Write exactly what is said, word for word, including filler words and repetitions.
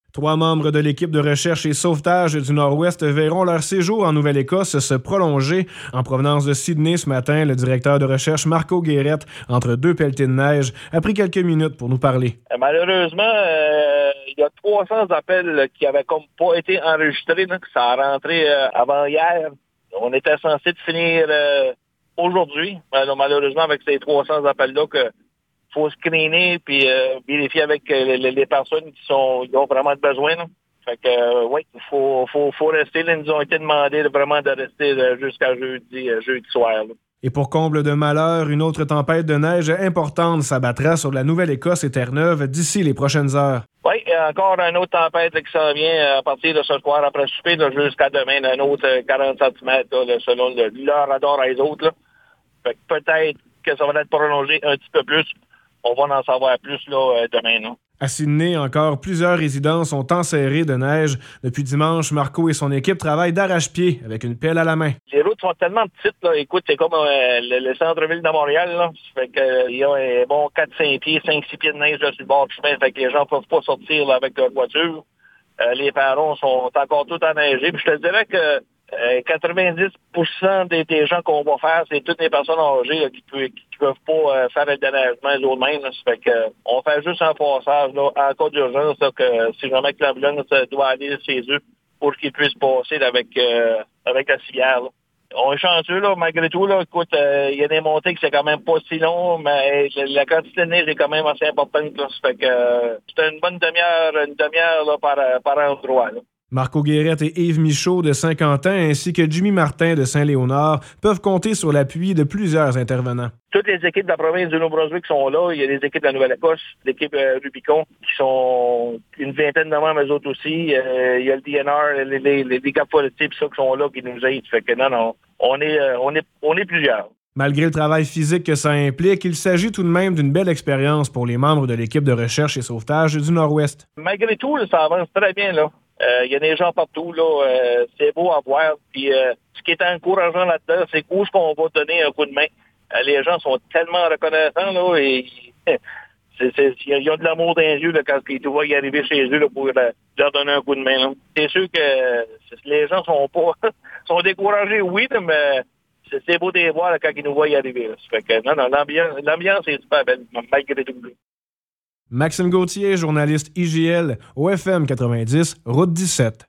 Trois membres de l'équipe de recherche et sauvetage du Nord-Ouest verront leur séjour en Nouvelle-Écosse se prolonger. En provenance de Sydney ce matin, le directeur de recherche Marco Guérette, entre deux pelletées de neige, a pris quelques minutes pour nous parler. Malheureusement, euh, il y a trois cents appels qui avaient comme pas été enregistrés. Là. Ça a rentré euh, avant hier. On était censé de finir euh, aujourd'hui. Alors, malheureusement, avec ces trois cents appels-là, que faut screener puis euh, vérifier avec euh, les, les personnes qui sont qui ont vraiment besoin. Là. Fait que euh, oui, faut, faut, faut rester. Là, ils nous ont été demandé de, vraiment de rester là, jusqu'à jeudi, euh, jeudi soir. Là. Et pour comble de malheur, une autre tempête de neige importante s'abattra sur la Nouvelle-Écosse et Terre-Neuve d'ici les prochaines heures. Oui, il y a encore une autre tempête là, qui s'en vient à partir de ce soir après souper là, jusqu'à demain, un autre quarante centimètres là, selon le, leur radar et les autres. Là. Fait que peut-être que ça va être prolongé un petit peu plus. On va en savoir plus là, demain. Là. À Sydney, encore, plusieurs résidences sont enserrées de neige. Depuis dimanche, Marco et son équipe travaillent d'arrache-pied avec une pelle à la main. Les routes sont tellement petites. Là. Écoute, c'est comme euh, le, le centre-ville de Montréal. Là. Ça fait que, euh, il y a un bon quatre cinq pieds, cinq six pieds de neige là, sur le bord du chemin. Fait que les gens ne peuvent pas sortir là, avec leur voiture. Euh, les perrons sont encore tout enneigés. Puis je te dirais que Euh, quatre-vingt-dix pour cent des, des gens qu'on va faire, c'est toutes les personnes âgées là, qui ne qui, qui peuvent pas euh, faire le déneigement eux-mêmes. Ça fait que euh, on fait juste un passage là, en cas d'urgence, là, que si jamais que l'ambulance doit aller chez eux pour qu'ils puissent passer là, avec euh, avec la civière. Là. On est chanceux, là, malgré tout, là. Écoute, il euh, y a des montées que c'est quand même pas si long, mais la, la quantité de neige est quand même assez importante, là. Ça fait que euh, c'est une bonne demi-heure, une demi-heure là, par, par endroit, là. Marco Guérette et Yves Michaud de Saint-Quentin ainsi que Jimmy Martin de Saint-Léonard peuvent compter sur l'appui de plusieurs intervenants. Toutes les équipes de la province du Nouveau-Brunswick sont là. Il y a des équipes de la Nouvelle-Écosse, l'équipe euh, Rubicon, qui sont une vingtaine de membres, eux autres aussi. Euh, il y a le D N R, les, les, les, les caps politiques, ça, qui sont là, qui nous aident. Fait que non, non, on est, euh, on est, on est plusieurs. Malgré le travail physique que ça implique, il s'agit tout de même d'une belle expérience pour les membres de l'équipe de recherche et sauvetage du Nord-Ouest. Malgré tout, là, ça avance très bien, là. Il euh, y a des gens partout, là. Euh, c'est beau à voir. Puis, euh, ce qui est encourageant là-dedans, c'est qu'où est-ce qu'on va donner un coup de main. Euh, les gens sont tellement reconnaissants, là, et c'est, c'est, ils ont de l'amour dans les yeux là, quand ils te voient y arriver chez eux là, pour euh, leur donner un coup de main. Là. C'est sûr que euh, les gens sont pas sont découragés, oui, mais c'est, c'est beau de les voir là, quand ils nous voient y arriver. Là. Ça fait que non, non, l'ambiance, l'ambiance est super belle, malgré tout. Maxime Gauthier, journaliste I G L, au F M quatre-vingt-dix, route dix-sept.